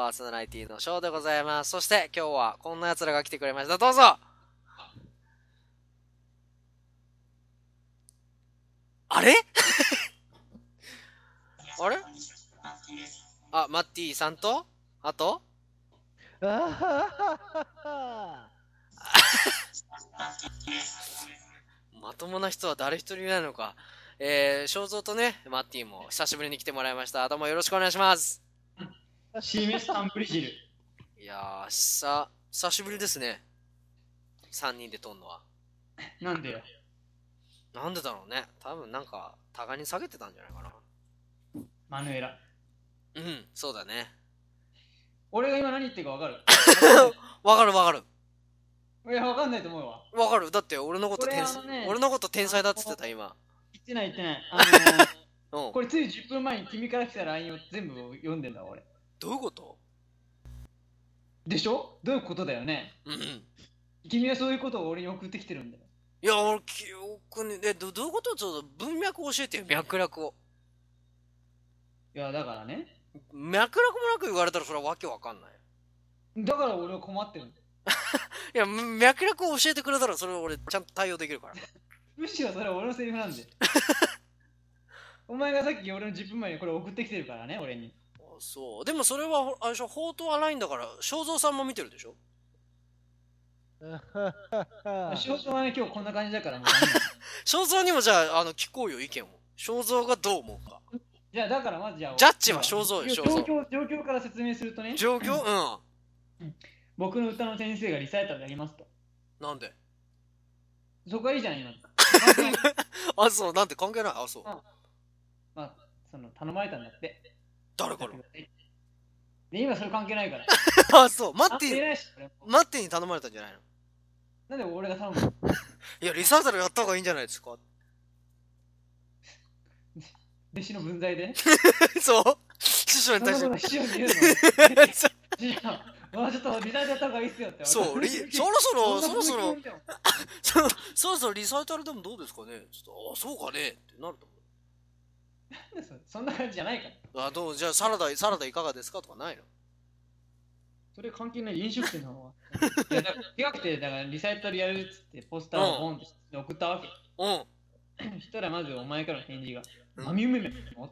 パーソナリティのショーでございます。そして今日はこんな奴らが来てくれました。どうぞ。あれあれあ、マッティさんとあとまともな人は誰一人いないのか。正蔵とね、マッティも久しぶりに来てもらいました。どうもよろしくお願いします。 シーメスタンブリジル。 いやー、久しぶりですね。3人で撮んのは。 なんでよ。 なんでだろうね。多分なんか、互いに下げてたんじゃないかな。 マヌエラ。 うん、そうだね。 俺が今何言ってるか分かる？ わかるわかる。 いや、分かんないと思うわ。 わかる。だって俺のこと天才、俺のこと天才だっつってた今。 言ってない言ってない。 うん。 これつい10分前に君から来た LINE を全部読んでんだ俺。 どういうこと？ でしょ？どういうことだよね。 うんうん。 君はそういうことを俺に送ってきてるんだよ。 いや、俺、記憶に、どういうこと？ちょっと文脈教えてよ、脈絡を。 いや、だからね。 脈絡もなく言われたらそれはわけわかんない。 だから俺は困ってるんだよ。 いや、脈絡を教えてくれたらそれは俺ちゃんと対応できるから。 むしろそれは俺のセリフなんで。お前がさっき俺の10分前にこれ送ってきてるからね、俺に。 あ、そう。でもそれは、あれでしょ、フォートアラインだから、正蔵さんも見てるでしょ？ 仕事はね、今日こんな感じだからもうダメなの。 正蔵にもじゃあ、聞こうよ、意見を。正蔵がどう思うか。 じゃあだからまずじゃあジャッジは正蔵よ、正蔵。 状況から説明するとね、 状況？ 僕の歌の先生がリサイタルでやりますと。 なんで？ そこはいいじゃん今。 あ、そう、なんで関係ない？あ、そう。 まあ、その頼まれたんだって。 誰から？ で、今それ関係ないから。 あ、そう、マッティに頼まれたんじゃないの？ なんで俺が頼むの？ いや、リサイタルやった方がいいんじゃないですか？ 弟子の分際でそう、師匠に対して。 師匠に言うの？師匠、まあちょっとリサイタルやった方がいいっすよって。 そう、そろそろリサイタルでもどうですかね？ちょっと、あ、そうかねってなると思う。そんな感じじゃないから。 う。あ、どう、じゃあサラダいかがですかとかないの？ それ関係ない飲食店の方は。いや、だから違くて、だからリサイタルやるっつってポスターをボンって送ったわけ。 うん。 そしたらまずお前からの返事が、 うんマミウメメも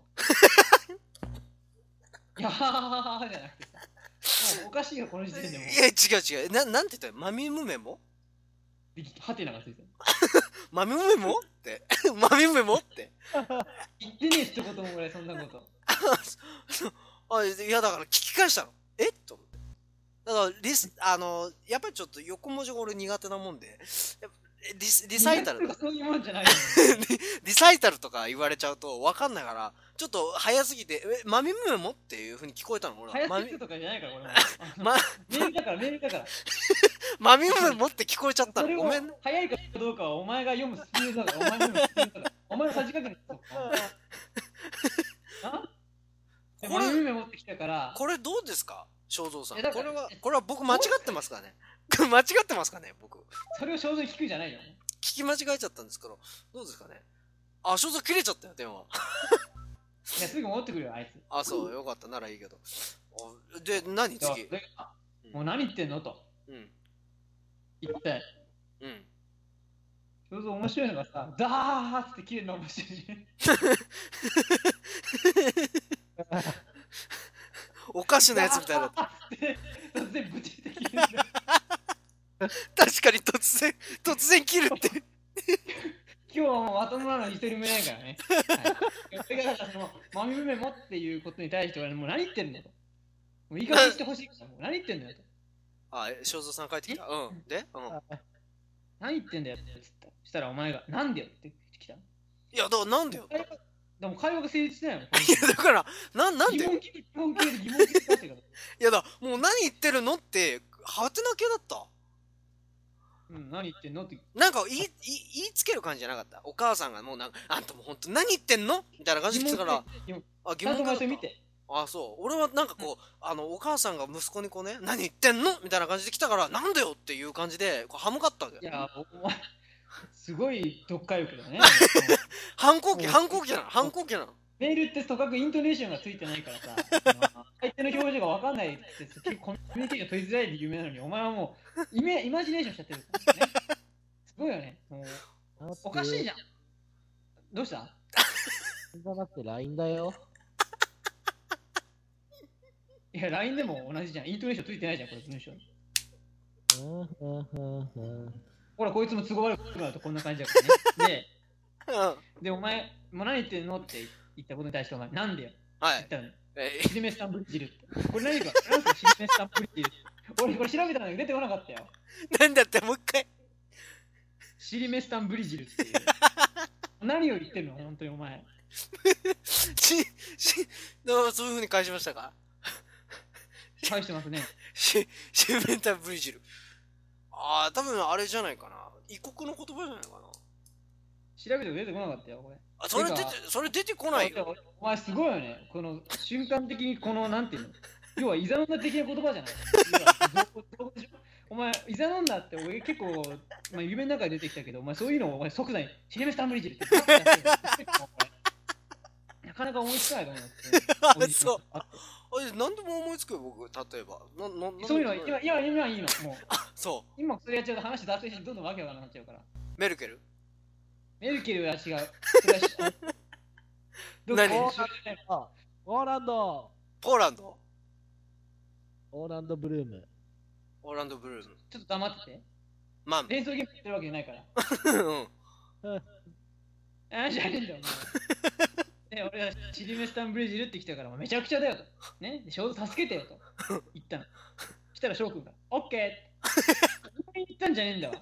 いやははははじゃなくてさ、もうおかしいよ、この時点でも。 いや、違う。なんて言ったよ？マミムメモ？ ハテナがついてる。 マミムメモって。マミムメモって。 言ってねえ一言もぐらい、そんなこと。 あ、いや、だから聞き返したの。えと思って。だからやっぱりちょっと横文字が俺苦手なもんで、リサイタルそういうもんじゃないよ。 リサイタルとか言われちゃうと分かんないから、ちょっと早すぎて、マミムメモっていう風に聞こえたの、俺は。 早すぎるとかじゃないから、俺も。 ま、 メールだから、メールだから。 マミムメモって聞こえちゃったの。 それをごめんね。 早いかどうかはお前が読むスピードだから、お前の読むスピードだから。お前のさじ加減だあこれ夢持ってきたから。 これどうですか正蔵さん。これは僕間違ってますかね？間違ってますかね僕。 それを正蔵に聞くんじゃないよ。 聞き間違えちゃったんですけど、どうですかね？あ、正蔵切れちゃったよ、電話。 いや、すぐ戻ってくるよ、あいつ。 あ、そう、よかったならいいけど。で、何次？ もう何言ってんのと。 うん。 言って。 うん。 正蔵面白いのがさ、ダーッって切れるの面白い。 お菓子のやつみたいな。 突然ブチって切れる。 確かに突然切るって。 今日はもうまともなの一人もいないからね。はい、だからその、マミムメモっていうことに対しては、もう何言ってんのと。もう言い方してほしいから、もう何言ってんだよと。 あ、正蔵さん帰ってきた。うん。で、うん。 何言ってんだよって言った。そしたらお前が、なんでよって来た。いや、だからなんでよ。 でも会話が成立してないの。いや、だから、なんで疑問切り出してから。 いやだ、もう何言ってるのって、はてな系だった。 うん、何言ってんのって。 なんか言いつける感じじゃなかった。お母さんがもうなんか、あんたもうほんと何言ってんのみたいな感じで来たから、 あ、疑問だった。見て。 あ、そう。俺はなんかこう、お母さんが息子にこうね、何言ってんのみたいな感じで来たから、なんだよっていう感じで、こう歯向かったわけ。 いや、お前、すごい読解力だね。 反抗期なの。 メールってとかくイントネーションがついてないからさ、 相手の表情が分かんないって結構コミュニケーション取りづらいで有名なのに、お前はもうイマジネーションしちゃってるからね。すごいよね。もうおかしいじゃん。どうした？ だって LINE だよ。 いや、LINE でも同じじゃん。イントネーションついてないじゃん、これ文章に。ほら、こいつも都合悪くなるとこんな感じだからね。で、お前、もう何言ってんのって言ったことに対して、お前、なんでよ。 はい。 言ったの。シリメスタンブリッジルって。これ何か、何すかシリメスタンブリッジルって。俺、これ調べたのに出てこなかったよ。 なんだって、もう一回。 シリメスタンブリジルっていう。何を言ってんの本当にお前。 そういう風に返しましたか？ 返してますね。 シメンタブリジル。ああ、多分あれじゃないかな。異国の言葉じゃないかな。 調べても出てこなかったよ、これ。 あ、それ出てこないよ。 お前すごいよね。この瞬間的にこの、なんていうの。要は、イザノンダ的な言葉じゃない。お前、イザノンダって俺結構、まあ、夢の中で出てきたけど、お前そういうのをお前即座にシリメスタンブリジルってなかなか思いつかないと思います。 そう。何でも思いつくよ、僕、例えば。 そういうのは今いいの。もう。 そう。 今それやっちゃうと話脱線してどんどんわけわからなくなっちゃうから。 メルケルメルケルは違う。 何？ オーランドポーランドオーランドブルーム。 オーランドブルーム。 ちょっと黙ってて。 マン。 連想ゲームやってるわけじゃないから。 うん。 ああ、じゃねえんだよ、お前。俺はシリメスタンブリジルって来たから、めちゃくちゃだよと。ね。で、翔助けてよと。言ったの。したら翔くんが、オッケーって。俺に言ったんじゃねえんだわ。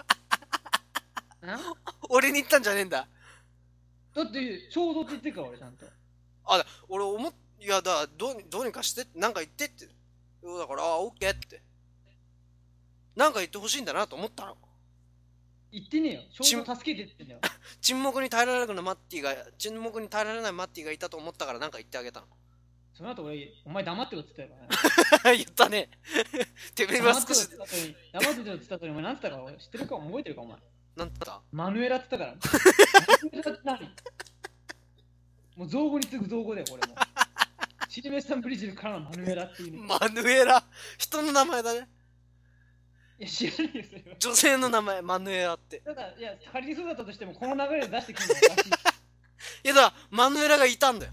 俺に言ったんじゃねえんだ。 だって、衝動って言ってるから、俺ちゃんと。 俺いや、どうにかして、なんか言ってって。だから、オッケーって。なんか言ってほしいんだなと思ったの。 言ってねえよ。衝動助けてって言ってんだよ。 沈黙に耐えられないマッティがいたと思ったからなんか言ってあげたの。 その後俺、お前黙ってろって言ったよからね。言ったね。てめえは少し。 黙ってろって言ったのに、お前何て言ったか知ってるか覚えてるかお前。 なんて言った？ マヌエラって言ったから。マヌエラって何？もう造語に次ぐ造語だよ、これも。シリメスタンブリジルからのマヌエラっていう、ね。 マヌエラ人の名前だね。 いや、知らないよ、それは。 女性の名前、マヌエラって。 ただ、いや、仮にそうだったとしても、この流れで出してくるのはおかしい。 いや、だから、マヌエラがいたんだよ。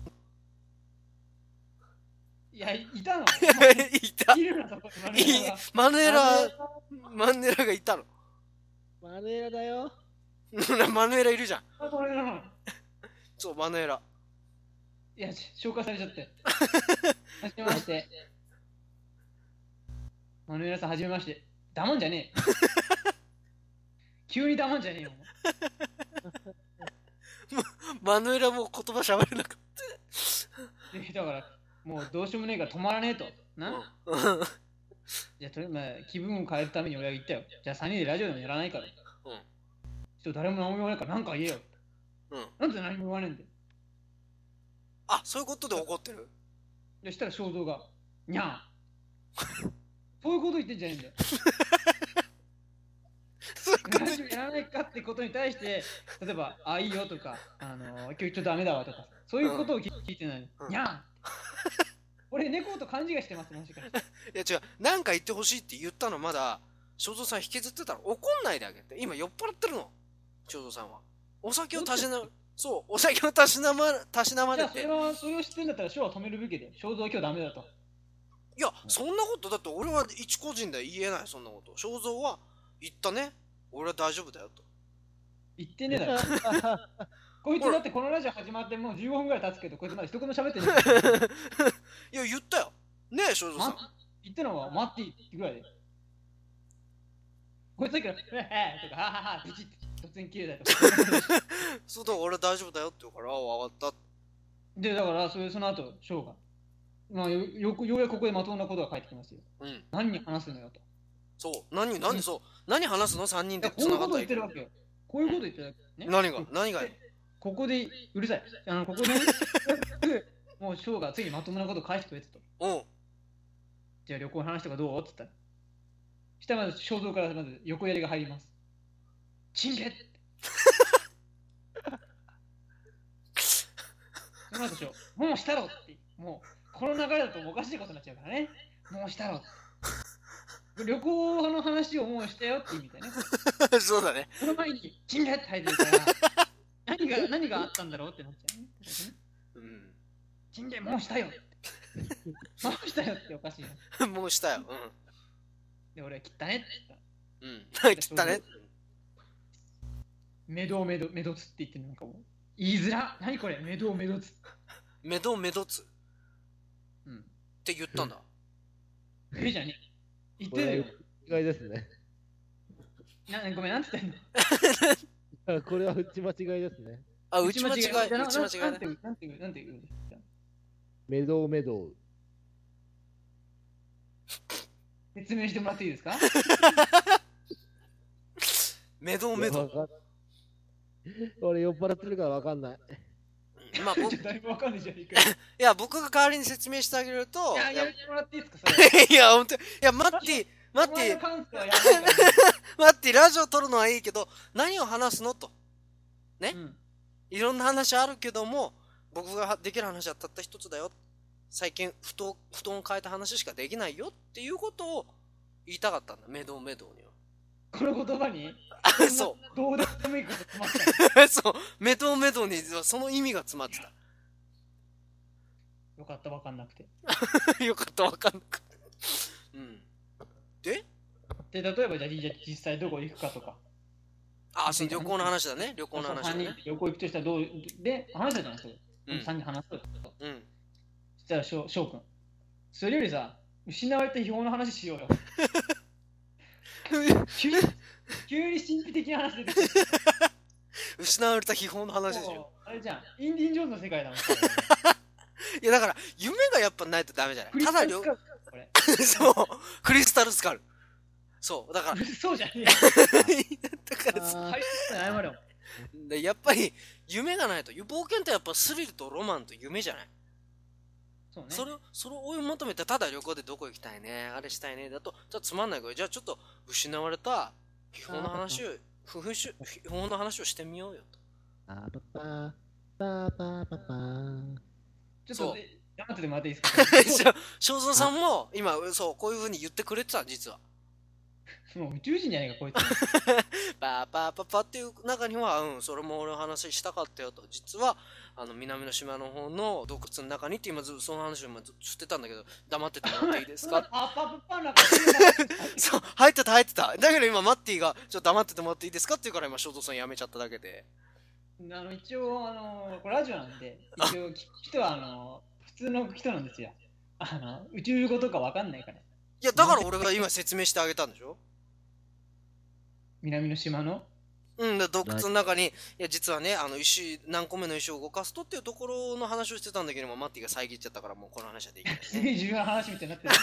いや、いたの？ いた。 いるの、そこにマヌエラがいたの。 マヌエラだよ。 マヌエラいるじゃん。 これなの。 そう、マヌエラ。 いや、紹介されちゃって。はじめまして。マヌエラさん、はじめまして。黙んじゃねえ。急に黙んじゃねえよ。 マヌエラも言葉喋れなかった。だから、もうどうしようもねえから止まらねえと。な、じゃあ、まあ、気分を変えるために俺は言ったよ。じゃあ3人でラジオでもやらないから。誰も何も言わないから何か言えよ。なんで何も言わねえんだよ。 あ、そういうことで怒ってる？ でしたら衝動が、にゃん。そういうこと言ってんじゃねえんだよ。ラジオやらないかってことに対して、例えば、いいよとか、今日ちょっとダメだわとか、そういうことを聞いてない。にゃん。俺、猫と勘違いしてます、もしかして。 いや違う、なんか言ってほしいって言ったのまだ、正蔵さん引きずってたの。怒んないであげて。今酔っ払ってるの、正蔵さんは。お酒をたしな、そう、お酒をたしなまれて。 じゃあそれを知ってんだったら、ショーは止めるべきで、正蔵は今日ダメだと。 いや、そんなこと、だって俺は一個人で言えない、そんなこと。正蔵は言ったね。俺は大丈夫だよと。 言ってねえだろ。こいつだってこのラジオ始まってもう15分ぐらい経つけど、こいつまだ一言も喋ってない。 いや、言ったよ。ねえ、正蔵さん。 言ったのは待っていいぐらいで。こいつだけど、とか、ははは、ブチって突然切れたりとか。 そうだ、俺は大丈夫だよって言うから、分かった。 で、だから、その後、ショーが。まあ、ようやくここでまともなことが返ってきますよ。何に話すのよと。 そう、何話すの ?3 人で。 こういうこと言ってるわけよ。こういうこと言ってるわけ。 何がここで、うるさい。ここで、もうショーがついにまともなことを返してくれてと。じゃあ旅行の話とかどうって言ったら。したらまず肖像からまず横やりが入ります。チンゲッその後しょ、もうしたろって、もうこの流れだとおかしいことになっちゃうからね。もうしたろ。旅行の話をもうしたよって意味だよね。 そうだね。 その前に、チンゲって入ってるから、何があったんだろうってなっちゃうね。 うん。 チンゲもうしたよって。もうしたよっておかしいよ。 もうしたよ。 で、俺は切ったねって言った。 うん。切ったね。 メドツって言ってるのなんかもう。言いづら。何これメドツ。 メドツ。って言ったんだ。 じゃねえ。言ってるよ。 違いですね。 ごめん、なんて言ったんだ。 これは打ち間違いですね。 あ、打ち間違い。 なんて言うメドウ。 説明してもらっていいですか？ メド。 俺酔っ払ってるからわかんない。 まあだいぶわかんないじゃん。いや、僕が代わりに説明してあげると。 やめてもらっていいですか？それいや、本当に。いや、マッティ、ラジオ撮るのはいいけど、何を話すのと。ね。いろんな話あるけども、僕ができる話はたった一つだよ。最近布団を変えた話しかできないよっていうことを言いたかったんだ。メドには。 この言葉にそう。 どうでもいいこと詰まったそう。メドにはその意味が詰まってた。 よかった、わかんなくて。 よかった、わかんなくて。で、 例えばじゃあ実際どこ行くかとか。 そう、旅行の話だね。旅行の話だね。 旅行行くとしたらどうで話したじゃん、それ。3人話すと。そしたら翔くん。それよりさ、失われた秘宝の話しようよ。急に神秘的な話出てきた。 失われた秘宝の話でしょ。 あれじゃん、インディ・ジョーンズの世界だもん。 いや、だから夢がやっぱないとダメじゃない。ただそう、クリスタルスカル。そう、だからそうじゃねえ。 だから謝れよ。 やっぱり夢がないと、冒険ってやっぱスリルとロマンと夢じゃない。 そうね。 それを追い求めて、ただ旅行でどこ行きたいね、あれしたいねだと、じゃあつまんないから、じゃあちょっと失われた秘宝の話をしてみようよと。 ちょっと黙っててもらっていいですか？ 正蔵さんも今そうこういう風に言ってくれてた、実は。 もう宇宙人じゃないかこいつ。 パーっていう中には、それも俺の話したかったよと。実は南の島の方の洞窟の中にって今その話をしてたんだけど、黙っててもらっていいですか？そう、入ってた。だけど今マッティがちょっと黙っててもらっていいですかって言うから今正蔵さんやめちゃっただけで。 一応これラジオなんで、一応聞く人は普通の人なんですよ。宇宙語とかわかんないから。 いや、だから俺が今説明してあげたんでしょ。 南の島の洞窟の中に、いや実はね、何個目の石を動かすとっていうところの話をしてたんだけども、マッティが遮っちゃったからもうこの話はできない、ね。 すげえ重要な話みたいになってる。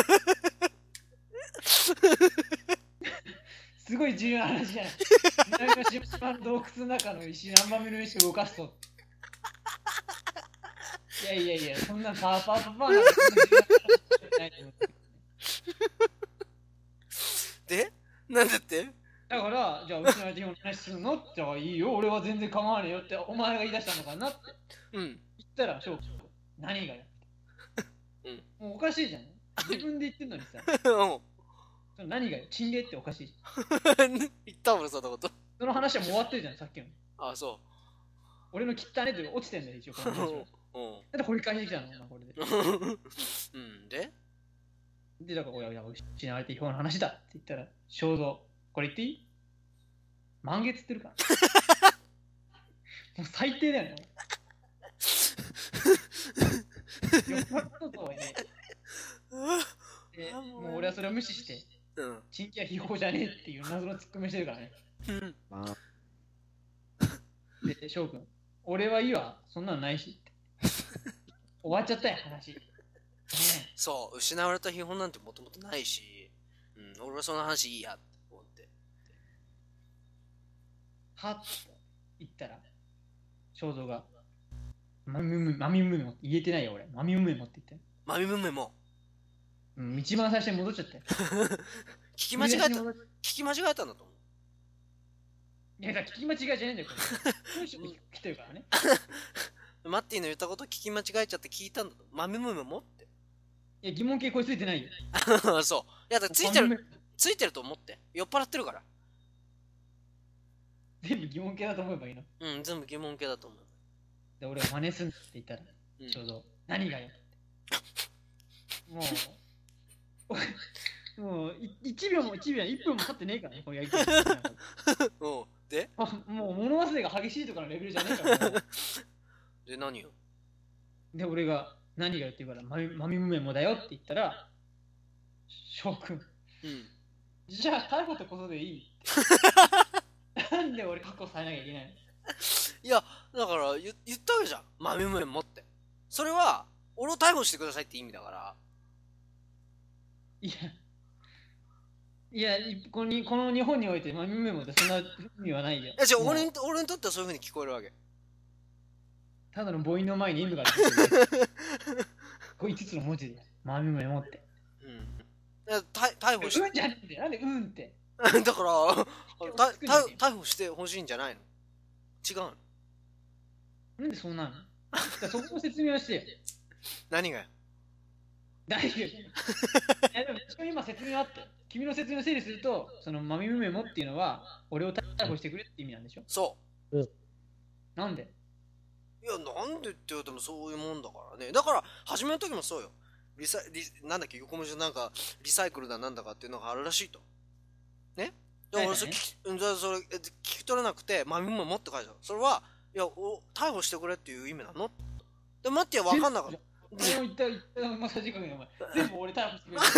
すごい重要な話じゃない。南の島の洞窟の中の何番目の石を動かすと。いや、そんなパーなんてないと思う。 でなんだってだから、じゃあ、失われた秘宝の話するの？じゃあ、いいよ、俺は全然構わねえよって、お前が言い出したのかなって。言ったら、翔くん、何がよ。もうおかしいじゃん。自分で言ってんのにさ。何がよ、チンゲっておかしいじゃん。言った俺そんなこと。 その話はもう終わってるじゃん、さっきの。 あ、そう。 俺の汚ねって落ちてんだよ、一応、この話は。なんで掘り返してきたのこれで。で、だから、失われた秘宝の話だって言ったら、衝動。これ言っていい？満月ってるから。もう最低だよね。酔っ払ったとはね。もう俺はそれを無視して、チンキは秘宝じゃねえっていう謎のツッコミしてるからね。で、翔くん、俺はいいわ、そんなのないし。終わっちゃったよ、話。 そう、失われた秘宝なんてもともとないし、俺はその話いいやって思って。 はっと言ったら、正蔵が、マミムメモって言えてないよ、俺。マミムメモって言って。 マミムメモ。 一番最初に戻っちゃって。 聞き間違えたんだと思う。 いや、聞き間違いじゃねえんだよ、これ。来てるからね。 マッティの言ったこと聞き間違えちゃって聞いたんだと。豆むめもって。 いや、疑問形これついてないよ。 そう。いや、だからついてると思って。酔っ払ってるから。 全部疑問形だと思えばいいの。 うん、全部疑問形だと思う。 で、俺が真似すんって言ったら、ちょうど、何がよ。もう、1秒も1分も経ってねえからね、これやりたい。 うん。でもう物忘れが激しいとかのレベルじゃねえから。 で、何よ。 で、俺が、何がよって言うから、マミムメモだよって言ったら、翔くん。じゃあ、逮捕ってことでいいって。なんで俺確保されなきゃいけないの？ いや、だから言ったわけじゃん。豆むめもって。それは、俺を逮捕してくださいって意味だから。 いや、この日本において豆むめもってそんな意味はないよ。 じゃあ俺にとってはそういう風に聞こえるわけ。 ただの母音の前に M がついてる。これ5つの文字で豆むめもって。 逮捕して。 うんじゃねえんだよ。なんでうんって。 だから逮捕してほしいんじゃないの？違うの？ なんでそうなの？そこの説明をしてよ。 何がよ。 大丈夫。いやでも今説明あって。君の説明を整理すると、そのマミムメモっていうのは、俺を逮捕してくれって意味なんでしょ？ そう。 なんで？ いや、なんでって言うともそういうもんだからね。だから、始めの時もそうよ。なんだっけ、横文字なんか、リサイクルだなんだかっていうのがあるらしいと。ね？でも俺それ聞き取れなくて、マミムメモって書いてある。それは、いや、逮捕してくれっていう意味なの？で、マッティは分かんなかった。 言ったマッサージかけお前。全部俺逮捕してくれ。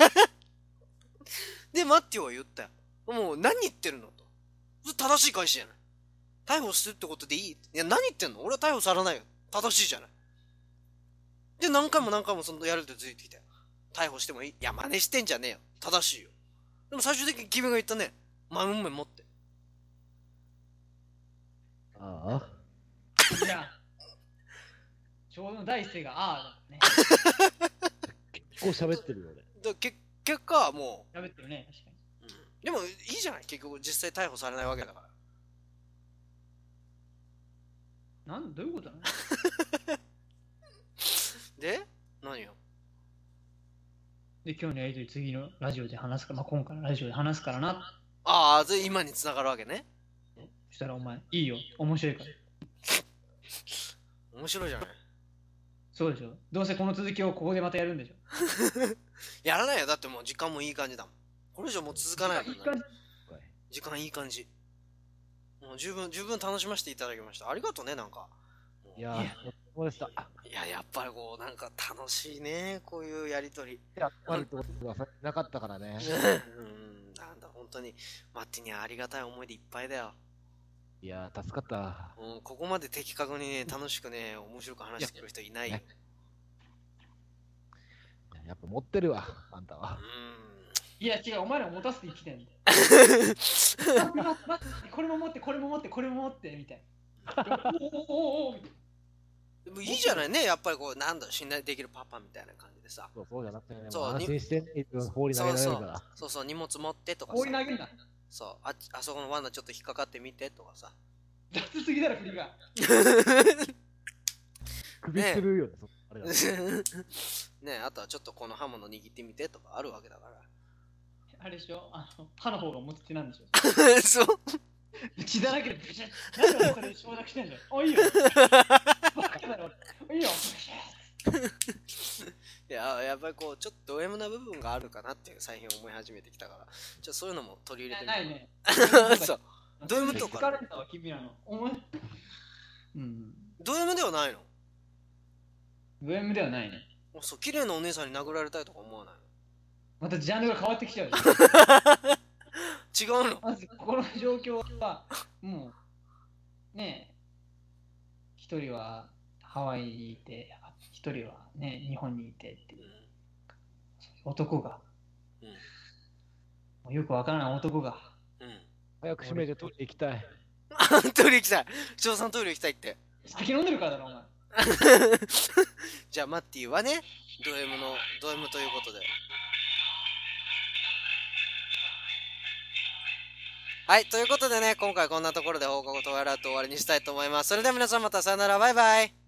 で、マッティは言ったよ。もう、何言ってるのと。正しい返しじゃない。逮捕するってことでいい？いや、何言ってんの？俺は逮捕されないよ。正しいじゃない。で、何回もそのやるってついてきたよ。逮捕してもいい？いや、真似してんじゃねえよ。正しいよ。でも最終的に君が言ったね。豆もめ持って。 ああ。 いや、ちょうど第一声がああだね。 結構喋ってるよね。 結果、もう。喋ってるね、確かに。でも、いいじゃない。結局、実際逮捕されないわけだから。 どういうことなの？ で何よ。 で、今日のやりとり次のラジオで話すから、今回のラジオで話すからな。 ああ、で、今に繋がるわけね。 そしたらお前、いいよ。面白いから。 面白いじゃない。 そうでしょ。どうせこの続きをここでまたやるんでしょ。 やらないよ。だってもう時間もいい感じだもん。これ以上もう続かないもんね。時間いい感じ。もう十分楽しませていただきました。ありがとうね、なんか。 いやー、でした。 いや、やっぱりこう、なんか楽しいね、こういうやりとり。 やっぱりってことがなかったからね。 なんだ、本当に、マッティにはありがたい思いでいっぱいだよ。 いやー、助かった。 ここまで的確にね、楽しくね、面白く話してくる人いないよ。 やっぱ持ってるわ、あんたは。 いや違う、お前ら持たせて生きてんだよ。これも持って、これも持って、これも持って、みたいな。 でもいいじゃないね、やっぱりこう、なんだろ、信頼できるパパみたいな感じでさ。 そうじゃなくてね、安心して放り投げられるから。 そう、荷物持ってとかさ。 放り投げんな。 そう、あそこの罠ちょっと引っかかってみてとかさ。 雑すぎだろ、振りが。 首するよね、 ねえ、あとはちょっとこの刃物握ってみてとかあるわけだから。 あれでしょ、刃の方が持ち手なんでしょ。 そう。 血だらけでブシャッ。なんでそれ承諾してんだよ。おいいよ。いいよ。 いや、やっぱりこう、ちょっとド M な部分があるかなっていう最近思い始めてきたから、そういうのも取り入れてみる。ないね。そう。ド M とか。 疲れたわ、君らの。 ド M ではないの？ ド M ではないね。 そう、綺麗なお姉さんに殴られたいとか思わないの？ またジャンルが変わってきちゃう。 違うの？ まずこの状況はもうねえ、一人はハワイにいて、一人はね日本にいてっていう、男が、よくわからない男が、 早く閉めてトイレ行きたい。 トイレ行きたい。翔さんトイレ行きたいって。 酒飲んでるからだろお前。 じゃあマッティはね、ド M ということで。はい、ということでね、今回こんなところで放課後トワイライト終わりにしたいと思います。それでは皆さんまたさよなら、バイバイ。